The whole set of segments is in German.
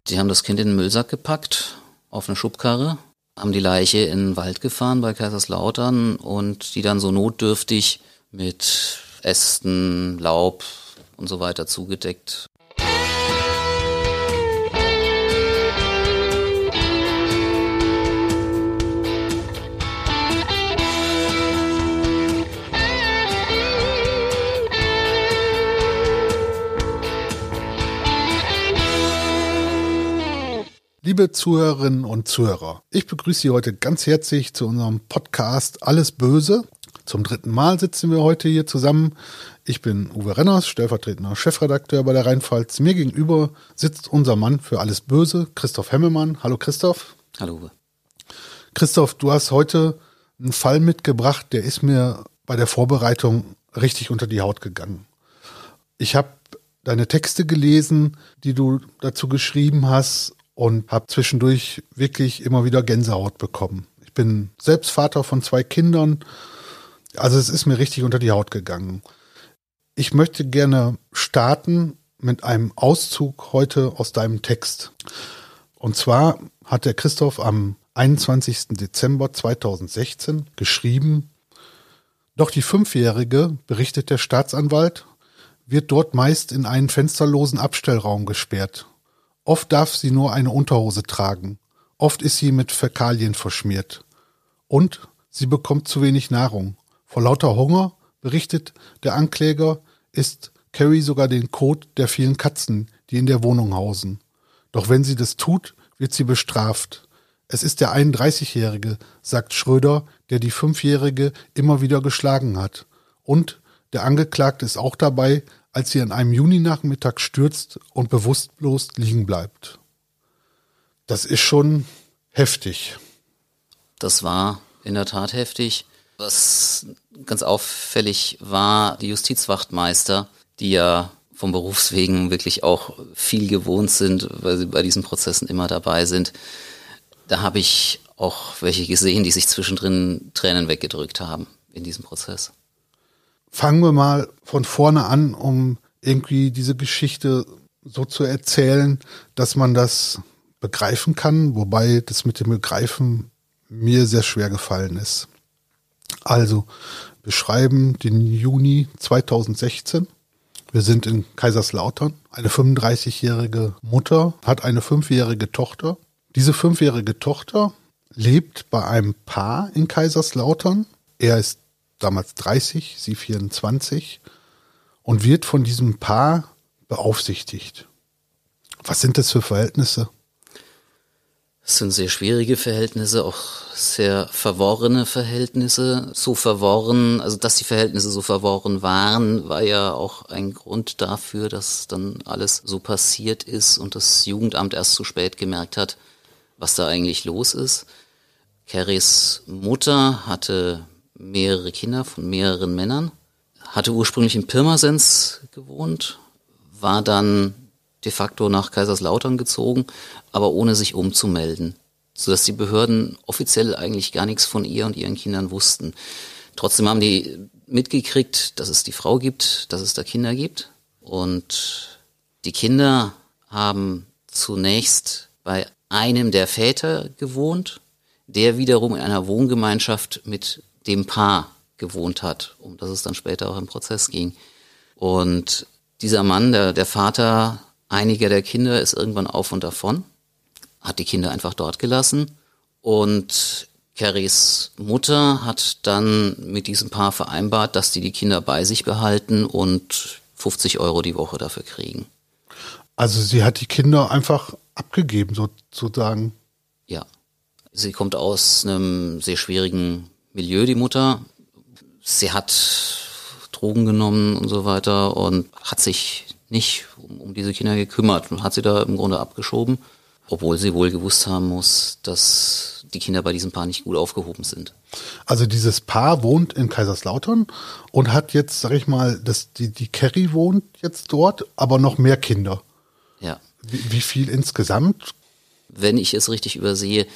Die haben das Kind in den Müllsack gepackt, auf eine Schubkarre, haben die Leiche in den Wald gefahren bei Kaiserslautern und die dann so notdürftig mit Ästen, Laub und so weiter zugedeckt. Liebe Zuhörerinnen und Zuhörer, ich begrüße Sie heute ganz herzlich zu unserem Podcast Alles Böse. Zum 3. Mal sitzen wir heute hier zusammen. Ich bin Uwe Renners, stellvertretender Chefredakteur bei der Rheinpfalz. Mir gegenüber sitzt unser Mann für Alles Böse, Christoph Hemmelmann. Hallo Christoph. Hallo Uwe. Christoph, du hast heute einen Fall mitgebracht, der ist mir bei der Vorbereitung richtig unter die Haut gegangen. Ich habe deine Texte gelesen, die du dazu geschrieben hast, und habe zwischendurch wirklich immer wieder Gänsehaut bekommen. Ich bin selbst Vater von 2 Kindern, also es ist mir richtig unter die Haut gegangen. Ich möchte gerne starten mit einem Auszug heute aus deinem Text. Und zwar hat der Christoph am 21. Dezember 2016 geschrieben: Doch die 5-Jährige, berichtet der Staatsanwalt, wird dort meist in einen fensterlosen Abstellraum gesperrt. Oft darf sie nur eine Unterhose tragen. Oft ist sie mit Fäkalien verschmiert. Und sie bekommt zu wenig Nahrung. Vor lauter Hunger, berichtet der Ankläger, isst Carrie sogar den Kot der vielen Katzen, die in der Wohnung hausen. Doch wenn sie das tut, wird sie bestraft. Es ist der 31-Jährige, sagt Schröder, der die 5-Jährige immer wieder geschlagen hat. Und der Angeklagte ist auch dabei, als sie an einem Juninachmittag stürzt und bewusstlos liegen bleibt. Das ist schon heftig. Das war in der Tat heftig. Was ganz auffällig war, die Justizwachtmeister, die ja vom Berufswegen wirklich auch viel gewohnt sind, weil sie bei diesen Prozessen immer dabei sind. Da habe ich auch welche gesehen, die sich zwischendrin Tränen weggedrückt haben in diesem Prozess. Fangen wir mal von vorne an, um irgendwie diese Geschichte so zu erzählen, dass man das begreifen kann, wobei das mit dem Begreifen mir sehr schwer gefallen ist. Also, wir schreiben den Juni 2016. Wir sind in Kaiserslautern. Eine 35-jährige Mutter hat eine 5-jährige Tochter. Diese 5-jährige Tochter lebt bei einem Paar in Kaiserslautern. Er ist damals 30, sie 24 und wird von diesem Paar beaufsichtigt. Was sind das für Verhältnisse? Es sind sehr schwierige Verhältnisse, auch sehr verworrene Verhältnisse. So verworren, also dass die Verhältnisse so verworren waren, war ja auch ein Grund dafür, dass dann alles so passiert ist und das Jugendamt erst zu spät gemerkt hat, was da eigentlich los ist. Carries Mutter hatte mehrere Kinder von mehreren Männern, hatte ursprünglich in Pirmasens gewohnt, war dann de facto nach Kaiserslautern gezogen, aber ohne sich umzumelden, sodass die Behörden offiziell eigentlich gar nichts von ihr und ihren Kindern wussten. Trotzdem haben die mitgekriegt, dass es die Frau gibt, dass es da Kinder gibt, und die Kinder haben zunächst bei einem der Väter gewohnt, der wiederum in einer Wohngemeinschaft mit dem Paar gewohnt hat, um das es dann später auch im Prozess ging. Und dieser Mann, der Vater einiger der Kinder, ist irgendwann auf und davon, hat die Kinder einfach dort gelassen, und Carries Mutter hat dann mit diesem Paar vereinbart, dass die Kinder bei sich behalten und 50 € die Woche dafür kriegen. Also sie hat die Kinder einfach abgegeben, sozusagen. Ja, sie kommt aus einem sehr schwierigen Milieu, die Mutter. Sie hat Drogen genommen und so weiter und hat sich nicht um diese Kinder gekümmert und hat sie da im Grunde abgeschoben, obwohl sie wohl gewusst haben muss, dass die Kinder bei diesem Paar nicht gut aufgehoben sind. Also dieses Paar wohnt in Kaiserslautern und hat jetzt, sag ich mal, die Carrie wohnt jetzt dort, aber noch mehr Kinder. Ja. Wie viel insgesamt? Wenn ich es richtig übersehe,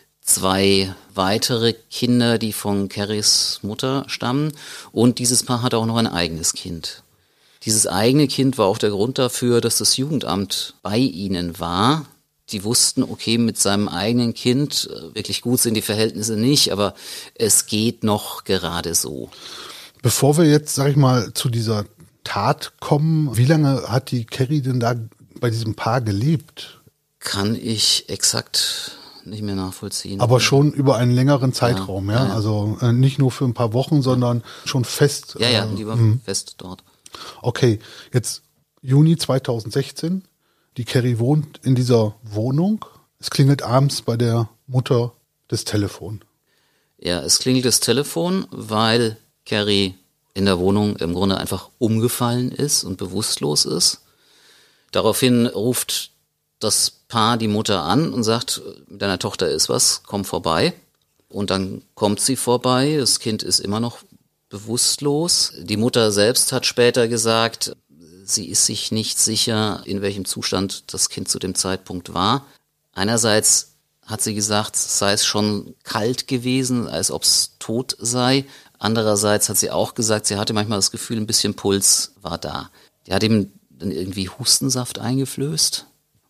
2 weitere Kinder, die von Carries Mutter stammen, und dieses Paar hat auch noch ein eigenes Kind. Dieses eigene Kind war auch der Grund dafür, dass das Jugendamt bei ihnen war. Die wussten, okay, mit seinem eigenen Kind, wirklich gut sind die Verhältnisse nicht, aber es geht noch gerade so. Bevor wir jetzt, sag ich mal, zu dieser Tat kommen, wie lange hat die Carrie denn da bei diesem Paar gelebt? Kann ich exakt nicht mehr nachvollziehen. Aber schon über einen längeren Zeitraum, ja? Ja. Also nicht nur für ein paar Wochen, sondern schon fest. Ja, die war fest dort. Okay, jetzt Juni 2016. Die Carrie wohnt in dieser Wohnung. Es klingelt abends bei der Mutter das Telefon. Ja, es klingelt das Telefon, weil Carrie in der Wohnung im Grunde einfach umgefallen ist und bewusstlos ist. Daraufhin ruft das Paar die Mutter an und sagt, mit deiner Tochter ist was, komm vorbei. Und dann kommt sie vorbei, das Kind ist immer noch bewusstlos. Die Mutter selbst hat später gesagt, sie ist sich nicht sicher, in welchem Zustand das Kind zu dem Zeitpunkt war. Einerseits hat sie gesagt, sei es schon kalt gewesen, als ob es tot sei. Andererseits hat sie auch gesagt, sie hatte manchmal das Gefühl, ein bisschen Puls war da. Die hat ihm dann irgendwie Hustensaft eingeflößt.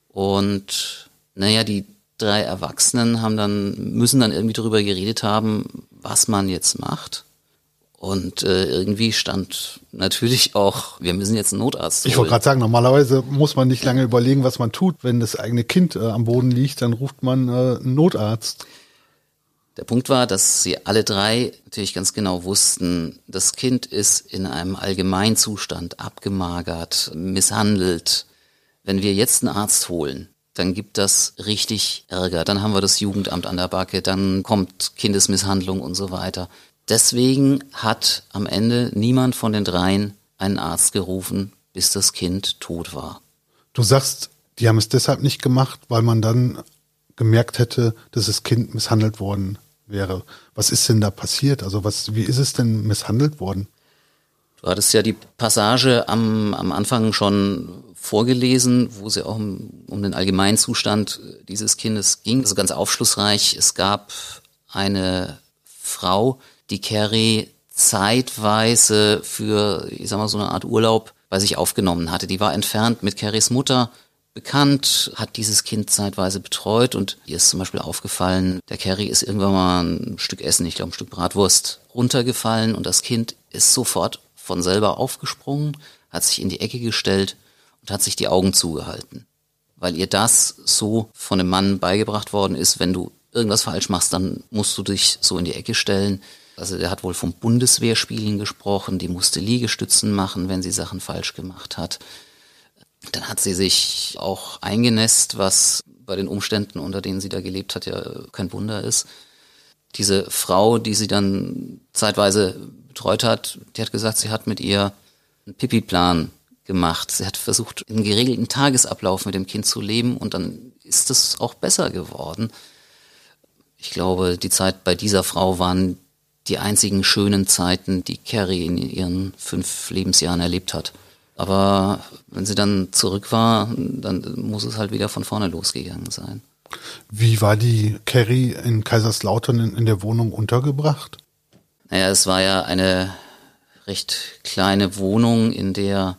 Und die 3 Erwachsenen müssen dann irgendwie darüber geredet haben, was man jetzt macht. Und irgendwie stand natürlich auch, wir müssen jetzt einen Notarzt holen. Ich wollte gerade sagen, normalerweise muss man nicht lange überlegen, was man tut. Wenn das eigene Kind am Boden liegt, dann ruft man einen Notarzt. Der Punkt war, dass sie alle 3 natürlich ganz genau wussten, das Kind ist in einem Allgemeinzustand abgemagert, misshandelt. Wenn wir jetzt einen Arzt holen, dann gibt das richtig Ärger. Dann haben wir das Jugendamt an der Backe, dann kommt Kindesmisshandlung und so weiter. Deswegen hat am Ende niemand von den 3 einen Arzt gerufen, bis das Kind tot war. Du sagst, die haben es deshalb nicht gemacht, weil man dann gemerkt hätte, dass das Kind misshandelt worden wäre. Was ist denn da passiert? Also wie ist es denn misshandelt worden? Du hattest ja die Passage am Anfang schon vorgelesen, wo es ja auch um den Allgemeinzustand dieses Kindes ging. Also ganz aufschlussreich. Es gab eine Frau, die Carrie zeitweise für, so eine Art Urlaub bei sich aufgenommen hatte. Die war entfernt mit Carries Mutter bekannt, hat dieses Kind zeitweise betreut und ihr ist zum Beispiel aufgefallen, der Carrie ist irgendwann mal ein Stück Essen, ich glaube ein Stück Bratwurst, runtergefallen und das Kind ist sofort von selber aufgesprungen, hat sich in die Ecke gestellt und hat sich die Augen zugehalten. Weil ihr das so von dem Mann beigebracht worden ist, wenn du irgendwas falsch machst, dann musst du dich so in die Ecke stellen. Also der hat wohl vom Bundeswehrspielen gesprochen, die musste Liegestützen machen, wenn sie Sachen falsch gemacht hat. Dann hat sie sich auch eingenässt, was bei den Umständen, unter denen sie da gelebt hat, ja kein Wunder ist. Diese Frau, die sie dann zeitweise betreut hat, die hat gesagt, sie hat mit ihr einen Pipi-Plan gemacht. Sie hat versucht, einen geregelten Tagesablauf mit dem Kind zu leben und dann ist es auch besser geworden. Ich glaube, die Zeit bei dieser Frau waren die einzigen schönen Zeiten, die Carrie in ihren 5 Lebensjahren erlebt hat. Aber wenn sie dann zurück war, dann muss es halt wieder von vorne losgegangen sein. Wie war die Carrie in Kaiserslautern in der Wohnung untergebracht? Es war ja eine recht kleine Wohnung, in der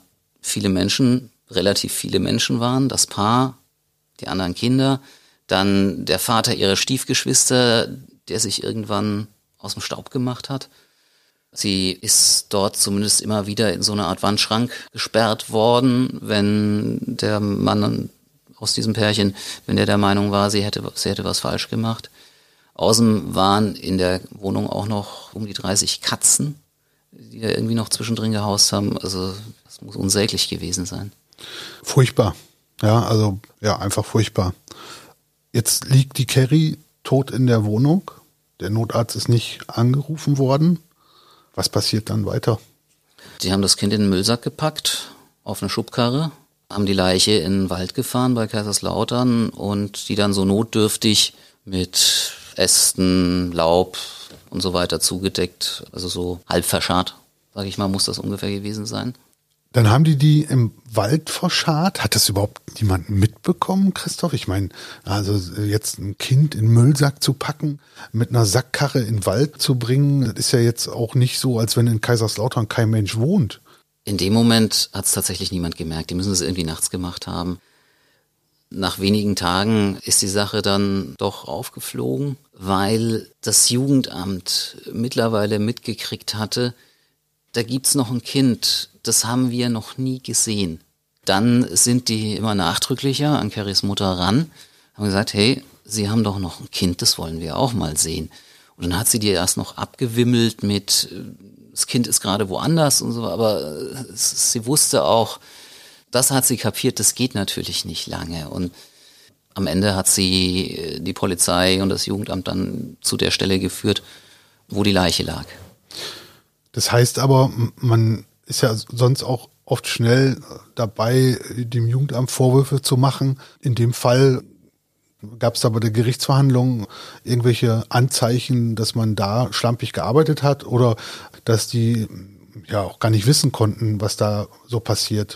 relativ viele Menschen waren. Das Paar, die anderen Kinder, dann der Vater ihrer Stiefgeschwister, der sich irgendwann aus dem Staub gemacht hat. Sie ist dort zumindest immer wieder in so eine Art Wandschrank gesperrt worden, wenn der Mann aus diesem Pärchen, wenn der Meinung war, sie hätte was falsch gemacht. Außerdem waren in der Wohnung auch noch um die 30 Katzen, die da irgendwie noch zwischendrin gehaust haben. Also das muss unsäglich gewesen sein. Furchtbar. Ja, einfach furchtbar. Jetzt liegt die Carrie tot in der Wohnung. Der Notarzt ist nicht angerufen worden. Was passiert dann weiter? Die haben das Kind in den Müllsack gepackt, auf eine Schubkarre, haben die Leiche in den Wald gefahren bei Kaiserslautern und die dann so notdürftig mit Ästen, Laub und so weiter zugedeckt, also so halb verscharrt, sage ich mal, muss das ungefähr gewesen sein. Dann haben die im Wald verscharrt. Hat das überhaupt niemand mitbekommen, Christoph? Ich meine, also jetzt ein Kind in den Müllsack zu packen, mit einer Sackkarre in den Wald zu bringen, das ist ja jetzt auch nicht so, als wenn in Kaiserslautern kein Mensch wohnt. In dem Moment hat es tatsächlich niemand gemerkt. Die müssen es irgendwie nachts gemacht haben. Nach wenigen Tagen ist die Sache dann doch aufgeflogen, weil das Jugendamt mittlerweile mitgekriegt hatte, da gibt's noch ein Kind, das haben wir noch nie gesehen. Dann sind die immer nachdrücklicher an Carries Mutter ran, haben gesagt, hey, Sie haben doch noch ein Kind, das wollen wir auch mal sehen. Und dann hat sie die erst noch abgewimmelt mit, das Kind ist gerade woanders und so, aber sie wusste auch, das hat sie kapiert, das geht natürlich nicht lange. Und am Ende hat sie die Polizei und das Jugendamt dann zu der Stelle geführt, wo die Leiche lag. Das heißt aber, man ist ja sonst auch oft schnell dabei, dem Jugendamt Vorwürfe zu machen. In dem Fall gab es da bei der Gerichtsverhandlung irgendwelche Anzeichen, dass man da schlampig gearbeitet hat oder dass die ja auch gar nicht wissen konnten, was da so passiert?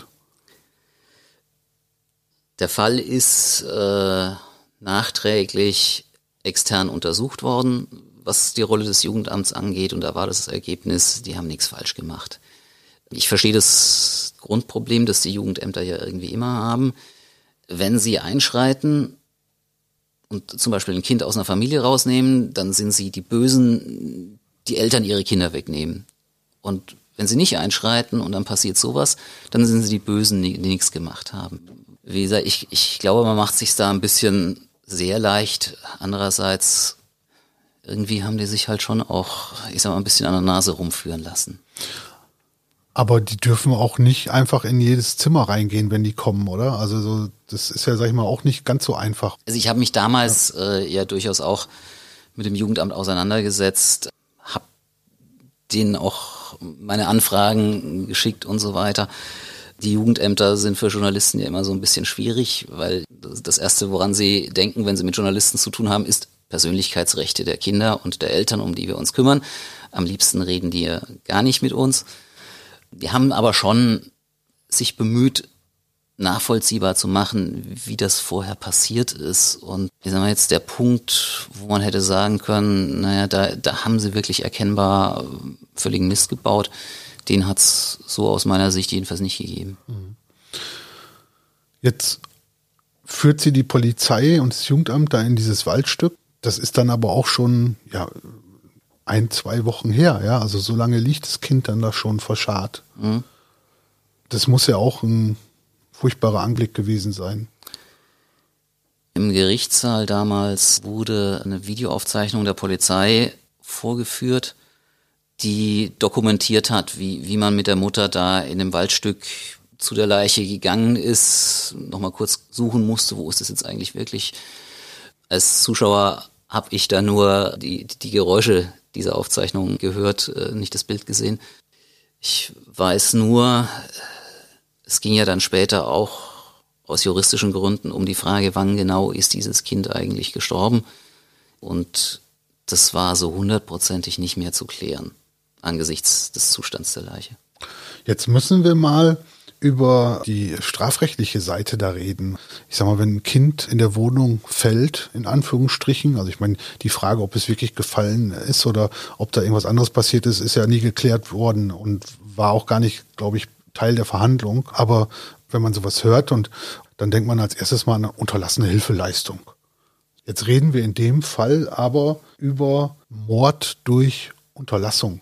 Der Fall ist nachträglich extern untersucht worden, was die Rolle des Jugendamts angeht, und da war das Ergebnis, die haben nichts falsch gemacht. Ich verstehe das Grundproblem, das die Jugendämter ja irgendwie immer haben. Wenn sie einschreiten und zum Beispiel ein Kind aus einer Familie rausnehmen, dann sind sie die Bösen, die Eltern ihre Kinder wegnehmen. Und wenn sie nicht einschreiten und dann passiert sowas, dann sind sie die Bösen, die nichts gemacht haben. Wie gesagt, ich glaube, man macht sich da ein bisschen sehr leicht. Andererseits, irgendwie haben die sich halt schon auch, ich sag mal, ein bisschen an der Nase rumführen lassen. Aber die dürfen auch nicht einfach in jedes Zimmer reingehen, wenn die kommen, oder? Also so, das ist ja, sag ich mal, auch nicht ganz so einfach. Also ich habe mich damals ja durchaus auch mit dem Jugendamt auseinandergesetzt, habe denen auch meine Anfragen geschickt und so weiter. Die Jugendämter sind für Journalisten ja immer so ein bisschen schwierig, weil das Erste, woran sie denken, wenn sie mit Journalisten zu tun haben, ist Persönlichkeitsrechte der Kinder und der Eltern, um die wir uns kümmern. Am liebsten reden die ja gar nicht mit uns. Die haben aber schon sich bemüht, nachvollziehbar zu machen, wie das vorher passiert ist. Und ich sag mal jetzt der Punkt, wo man hätte sagen können, naja, da haben sie wirklich erkennbar völligen Mist gebaut, den hat's so aus meiner Sicht jedenfalls nicht gegeben. Jetzt führt sie die Polizei und das Jugendamt da in dieses Waldstück. Das ist dann aber auch schon, ja, 1-2 Wochen her, ja, also so lange liegt das Kind dann da schon verscharrt. Mhm. Das muss ja auch ein furchtbarer Anblick gewesen sein. Im Gerichtssaal damals wurde eine Videoaufzeichnung der Polizei vorgeführt, die dokumentiert hat, wie man mit der Mutter da in dem Waldstück zu der Leiche gegangen ist, nochmal kurz suchen musste, wo ist das jetzt eigentlich wirklich. Als Zuschauer habe ich da nur die Geräusche dieser Aufzeichnung gehört, nicht das Bild gesehen. Ich weiß nur, es ging ja dann später auch aus juristischen Gründen um die Frage, wann genau ist dieses Kind eigentlich gestorben. Und das war so 100%ig nicht mehr zu klären angesichts des Zustands der Leiche. Jetzt müssen wir mal über die strafrechtliche Seite da reden. Ich sag mal, wenn ein Kind in der Wohnung fällt, in Anführungsstrichen, also ich meine, die Frage, ob es wirklich gefallen ist oder ob da irgendwas anderes passiert ist, ist ja nie geklärt worden und war auch gar nicht, glaube ich, Teil der Verhandlung. Aber wenn man sowas hört und dann denkt man als erstes mal an eine unterlassene Hilfeleistung. Jetzt reden wir in dem Fall aber über Mord durch Unterlassung.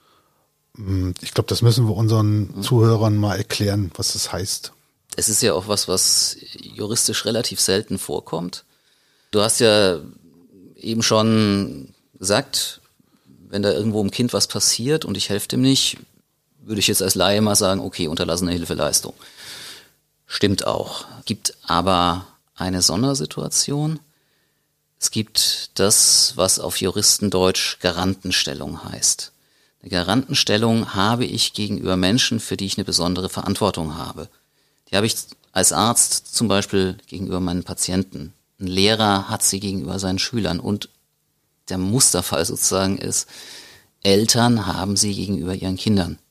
Ich glaube, das müssen wir unseren Zuhörern mal erklären, was das heißt. Es ist ja auch was juristisch relativ selten vorkommt. Du hast ja eben schon gesagt, wenn da irgendwo im Kind was passiert und ich helfe dem nicht, würde ich jetzt als Laie mal sagen, okay, unterlassene Hilfeleistung. Stimmt auch. Gibt aber eine Sondersituation. Es gibt das, was auf Juristendeutsch Garantenstellung heißt. Eine Garantenstellung habe ich gegenüber Menschen, für die ich eine besondere Verantwortung habe. Die habe ich als Arzt zum Beispiel gegenüber meinen Patienten. Ein Lehrer hat sie gegenüber seinen Schülern. Und der Musterfall sozusagen ist, Eltern haben sie gegenüber ihren Kindern.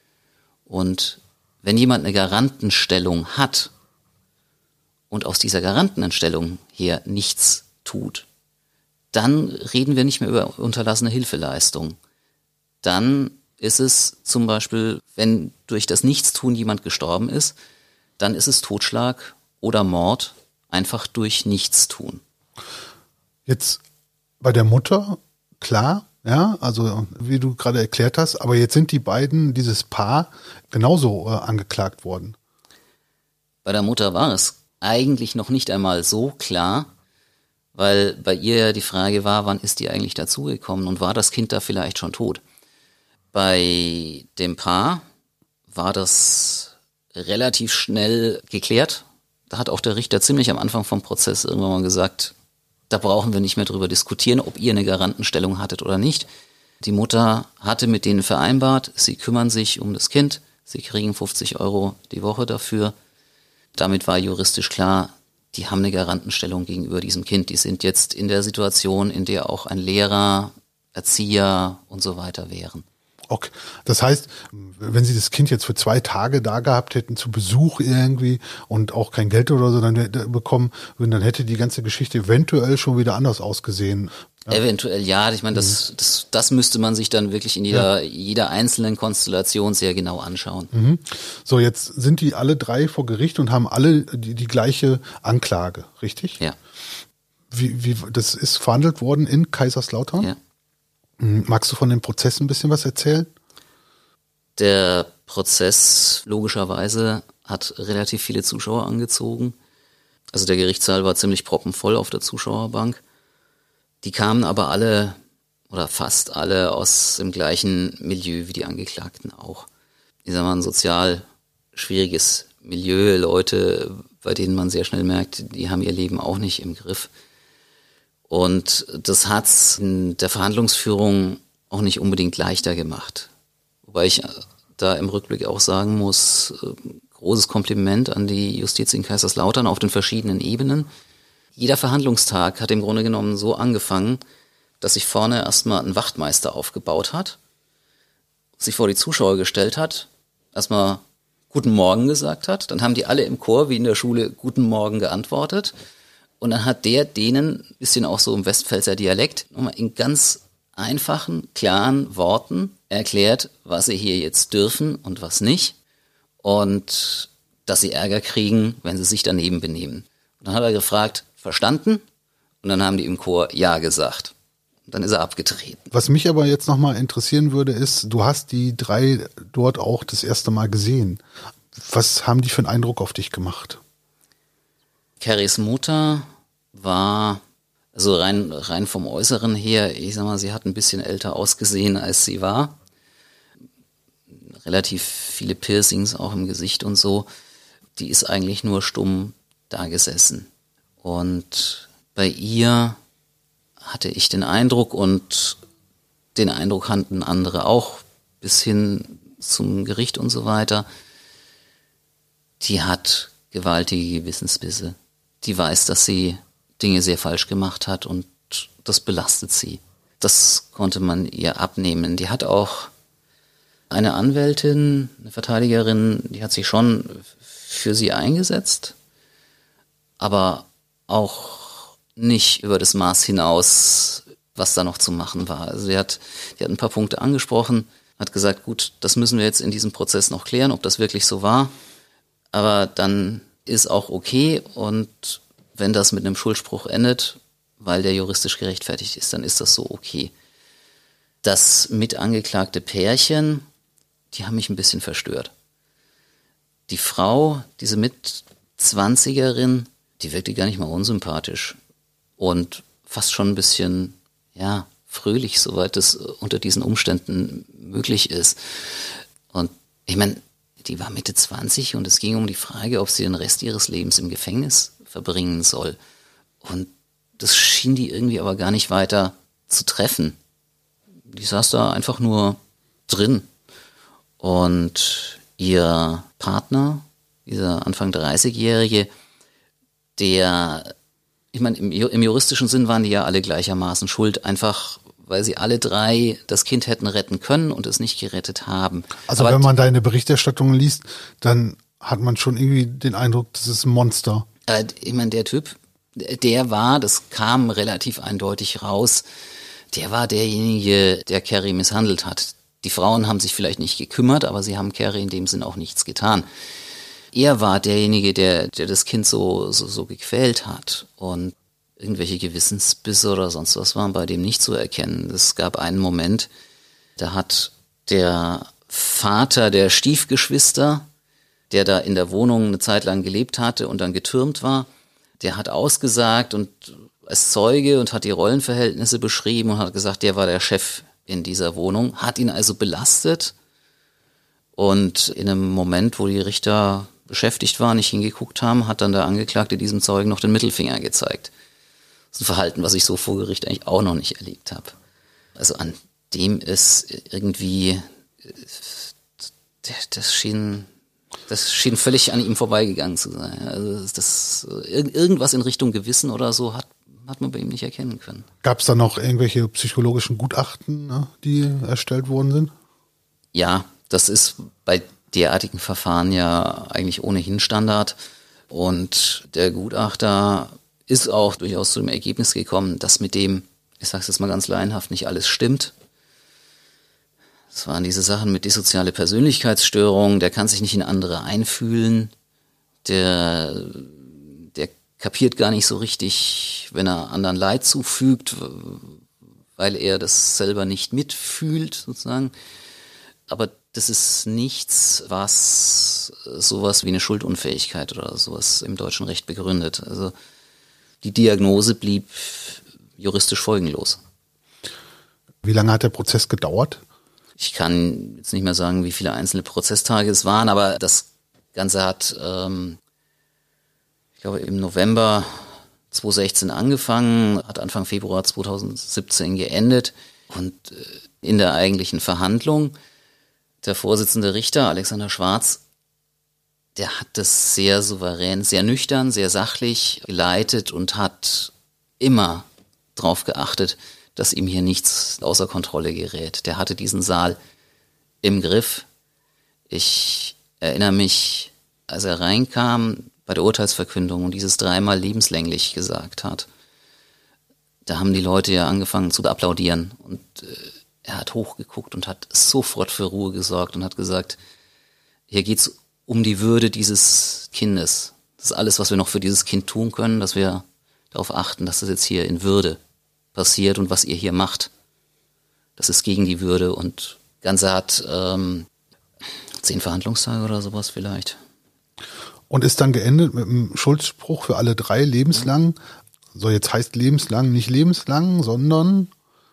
Und wenn jemand eine Garantenstellung hat und aus dieser Garantenstellung her nichts tut, dann reden wir nicht mehr über unterlassene Hilfeleistung. Dann ist es zum Beispiel, wenn durch das Nichtstun jemand gestorben ist, dann ist es Totschlag oder Mord Einfach durch Nichtstun. Jetzt bei der Mutter, klar, ja, also wie du gerade erklärt hast, aber jetzt sind die beiden, dieses Paar, genauso angeklagt worden. Bei der Mutter war es eigentlich noch nicht einmal so klar, weil bei ihr ja die Frage war, wann ist die eigentlich dazugekommen und war das Kind da vielleicht schon tot? Bei dem Paar war das relativ schnell geklärt. Da hat auch der Richter ziemlich am Anfang vom Prozess irgendwann mal gesagt, da brauchen wir nicht mehr drüber diskutieren, ob ihr eine Garantenstellung hattet oder nicht. Die Mutter hatte mit denen vereinbart, sie kümmern sich um das Kind, sie kriegen 50 € die Woche dafür. Damit war juristisch klar, die haben eine Garantenstellung gegenüber diesem Kind. Die sind jetzt in der Situation, in der auch ein Lehrer, Erzieher und so weiter wären. Okay. Das heißt, wenn Sie das Kind jetzt für 2 Tage da gehabt hätten, zu Besuch irgendwie und auch kein Geld oder so dann bekommen würden, dann hätte die ganze Geschichte eventuell schon wieder anders ausgesehen. Ja. Eventuell ja, ich meine, das müsste man sich dann wirklich in jeder einzelnen Konstellation sehr genau anschauen. Mhm. So, jetzt sind die alle 3 vor Gericht und haben alle die gleiche Anklage, richtig? Ja. Wie das ist verhandelt worden in Kaiserslautern? Ja. Magst du von dem Prozess ein bisschen was erzählen? Der Prozess logischerweise hat relativ viele Zuschauer angezogen. Also der Gerichtssaal war ziemlich proppenvoll auf der Zuschauerbank. Die kamen aber alle oder fast alle aus dem gleichen Milieu wie die Angeklagten auch. Ich sag mal, ein sozial schwieriges Milieu, Leute, bei denen man sehr schnell merkt, die haben ihr Leben auch nicht im Griff. Und das hat's in der Verhandlungsführung auch nicht unbedingt leichter gemacht. Wobei ich da im Rückblick auch sagen muss, großes Kompliment an die Justiz in Kaiserslautern auf den verschiedenen Ebenen. Jeder Verhandlungstag hat im Grunde genommen so angefangen, dass sich vorne erstmal ein Wachtmeister aufgebaut hat, sich vor die Zuschauer gestellt hat, erstmal Guten Morgen gesagt hat, dann haben die alle im Chor wie in der Schule Guten Morgen geantwortet. Und dann hat der denen, ein bisschen auch so im Westpfälzer Dialekt, nochmal in ganz einfachen, klaren Worten erklärt, was sie hier jetzt dürfen und was nicht. Und dass sie Ärger kriegen, wenn sie sich daneben benehmen. Und dann hat er gefragt, verstanden? Und dann haben die im Chor Ja gesagt. Und dann ist er abgetreten. Was mich aber jetzt nochmal interessieren würde, ist, du hast die 3 dort auch das erste Mal gesehen. Was haben die für einen Eindruck auf dich gemacht? Carries Mutter war, also rein vom Äußeren her, ich sag mal, sie hat ein bisschen älter ausgesehen, als sie war. Relativ viele Piercings auch im Gesicht und so. Die ist eigentlich nur stumm da gesessen. Und bei ihr hatte ich den Eindruck, und den Eindruck hatten andere auch, bis hin zum Gericht und so weiter, die hat gewaltige Gewissensbisse. Die weiß, dass sie Dinge sehr falsch gemacht hat und das belastet sie. Das konnte man ihr abnehmen. Die hat auch eine Anwältin, eine Verteidigerin, die hat sich schon für sie eingesetzt, aber auch nicht über das Maß hinaus, was da noch zu machen war. Also die hat ein paar Punkte angesprochen, hat gesagt, gut, das müssen wir jetzt in diesem Prozess noch klären, ob das wirklich so war. Aber dann ist auch okay, und wenn das mit einem Schuldspruch endet, weil der juristisch gerechtfertigt ist, dann ist das so okay. Das mitangeklagte Pärchen, die haben mich ein bisschen verstört. Die Frau, diese Mitzwanzigerin, die wirkte gar nicht mal unsympathisch und fast schon ein bisschen, ja, fröhlich, soweit es unter diesen Umständen möglich ist. Und ich meine, die war Mitte 20 und es ging um die Frage, ob sie den Rest ihres Lebens im Gefängnis verbringen soll. Und das schien die irgendwie aber gar nicht weiter zu treffen. Die saß da einfach nur drin. Und ihr Partner, dieser Anfang 30-Jährige, der, ich meine, im juristischen Sinn waren die ja alle gleichermaßen schuld, einfach weil sie alle 3 das Kind hätten retten können und es nicht gerettet haben. Also aber wenn man deine Berichterstattungen liest, dann hat man schon irgendwie den Eindruck, das ist ein Monster. Ich meine, der Typ, der war, das kam relativ eindeutig raus, der war derjenige, der Carrie misshandelt hat. Die Frauen haben sich vielleicht nicht gekümmert, aber sie haben Carrie in dem Sinn auch nichts getan. er war derjenige, der das Kind so gequält hat. Und irgendwelche Gewissensbisse oder sonst was waren bei dem nicht zu erkennen. Es gab einen Moment, da hat der Vater der Stiefgeschwister, der da in der Wohnung eine Zeit lang gelebt hatte und dann getürmt war, der hat ausgesagt und als Zeuge und hat die Rollenverhältnisse beschrieben und hat gesagt, der war der Chef in dieser Wohnung, hat ihn also belastet und in einem Moment, wo die Richter beschäftigt waren, nicht hingeguckt haben, hat dann der Angeklagte diesem Zeugen noch den Mittelfinger gezeigt. Das ist ein Verhalten, was ich so vor Gericht eigentlich auch noch nicht erlebt habe. Also an dem ist irgendwie, das schien völlig an ihm vorbeigegangen zu sein. Also irgendwas in Richtung Gewissen oder so hat man bei ihm nicht erkennen können. Gab es da noch irgendwelche psychologischen Gutachten, ne, die erstellt worden sind? Ja, das ist bei derartigen Verfahren ja eigentlich ohnehin Standard. Und der Gutachter ist auch durchaus zu dem Ergebnis gekommen, dass mit dem, ich sage es jetzt mal ganz laienhaft, nicht alles stimmt. Das waren diese Sachen mit dissoziale Persönlichkeitsstörung, der kann sich nicht in andere einfühlen, der kapiert gar nicht so richtig, wenn er anderen Leid zufügt, weil er das selber nicht mitfühlt, sozusagen. Aber das ist nichts, was sowas wie eine Schuldunfähigkeit oder sowas im deutschen Recht begründet. Also die Diagnose blieb juristisch folgenlos. Wie lange hat der Prozess gedauert? Ich kann jetzt nicht mehr sagen, wie viele einzelne Prozesstage es waren, aber das Ganze hat, ich glaube, im November 2016 angefangen, hat Anfang Februar 2017 geendet und in der eigentlichen Verhandlung der Vorsitzende Richter, Alexander Schwarz, der hat das sehr souverän, sehr nüchtern, sehr sachlich geleitet und hat immer darauf geachtet, dass ihm hier nichts außer Kontrolle gerät. Der hatte diesen Saal im Griff. Ich erinnere mich, als er reinkam bei der Urteilsverkündung und dieses 3-mal lebenslänglich gesagt hat, da haben die Leute ja angefangen zu applaudieren und er hat hochgeguckt und hat sofort für Ruhe gesorgt und hat gesagt, hier geht's um die Würde dieses Kindes. Das ist alles, was wir noch für dieses Kind tun können, dass wir darauf achten, dass das jetzt hier in Würde passiert und was ihr hier macht. Das ist gegen die Würde und das Ganze hat 10 Verhandlungstage oder sowas vielleicht. Und ist dann geendet mit einem Schuldspruch für alle 3 lebenslang. So, jetzt heißt lebenslang nicht lebenslang, sondern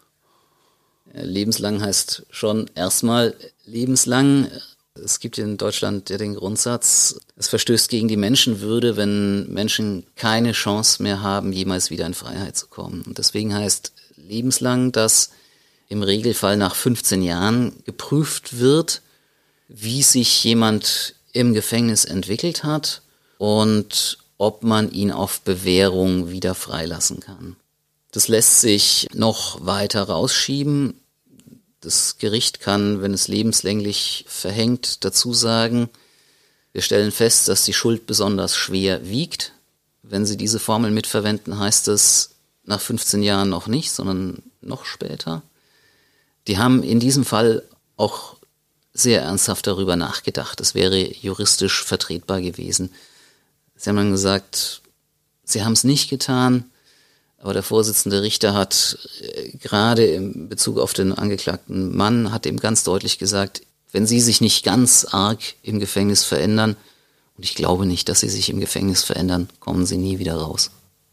lebenslang heißt schon erstmal lebenslang. Es gibt in Deutschland ja den Grundsatz, es verstößt gegen die Menschenwürde, wenn Menschen keine Chance mehr haben, jemals wieder in Freiheit zu kommen. Und deswegen heißt lebenslang, dass im Regelfall nach 15 Jahren geprüft wird, wie sich jemand im Gefängnis entwickelt hat und ob man ihn auf Bewährung wieder freilassen kann. Das lässt sich noch weiter rausschieben. Das Gericht kann, wenn es lebenslänglich verhängt, dazu sagen, wir stellen fest, dass die Schuld besonders schwer wiegt. Wenn Sie diese Formel mitverwenden, heißt es nach 15 Jahren noch nicht, sondern noch später. Die haben in diesem Fall auch sehr ernsthaft darüber nachgedacht. Es wäre juristisch vertretbar gewesen. Sie haben dann gesagt, Sie haben es nicht getan, aber der Vorsitzende Richter hat gerade in Bezug auf den angeklagten Mann, hat ihm ganz deutlich gesagt, wenn Sie sich nicht ganz arg im Gefängnis verändern, und ich glaube nicht, dass Sie sich im Gefängnis verändern, kommen Sie nie wieder raus.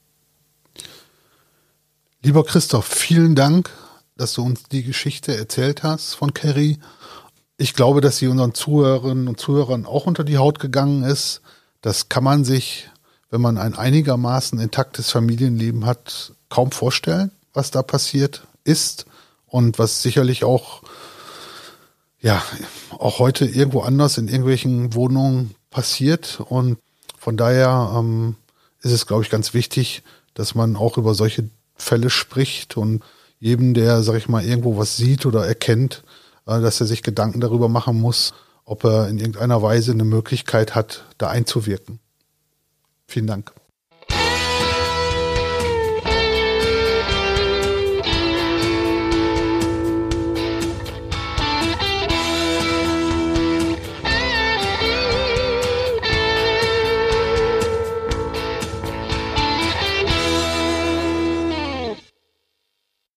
Lieber Christoph, vielen Dank, dass du uns die Geschichte erzählt hast von Carrie. Ich glaube, dass sie unseren Zuhörerinnen und Zuhörern auch unter die Haut gegangen ist. Das kann man sich, wenn man ein einigermaßen intaktes Familienleben hat, kaum vorstellen, was da passiert ist und was sicherlich auch heute irgendwo anders in irgendwelchen Wohnungen passiert. Und von daher ist es, glaube ich, ganz wichtig, dass man auch über solche Fälle spricht und jedem, der, sag ich mal, irgendwo was sieht oder erkennt, dass er sich Gedanken darüber machen muss, ob er in irgendeiner Weise eine Möglichkeit hat, da einzuwirken. Vielen Dank.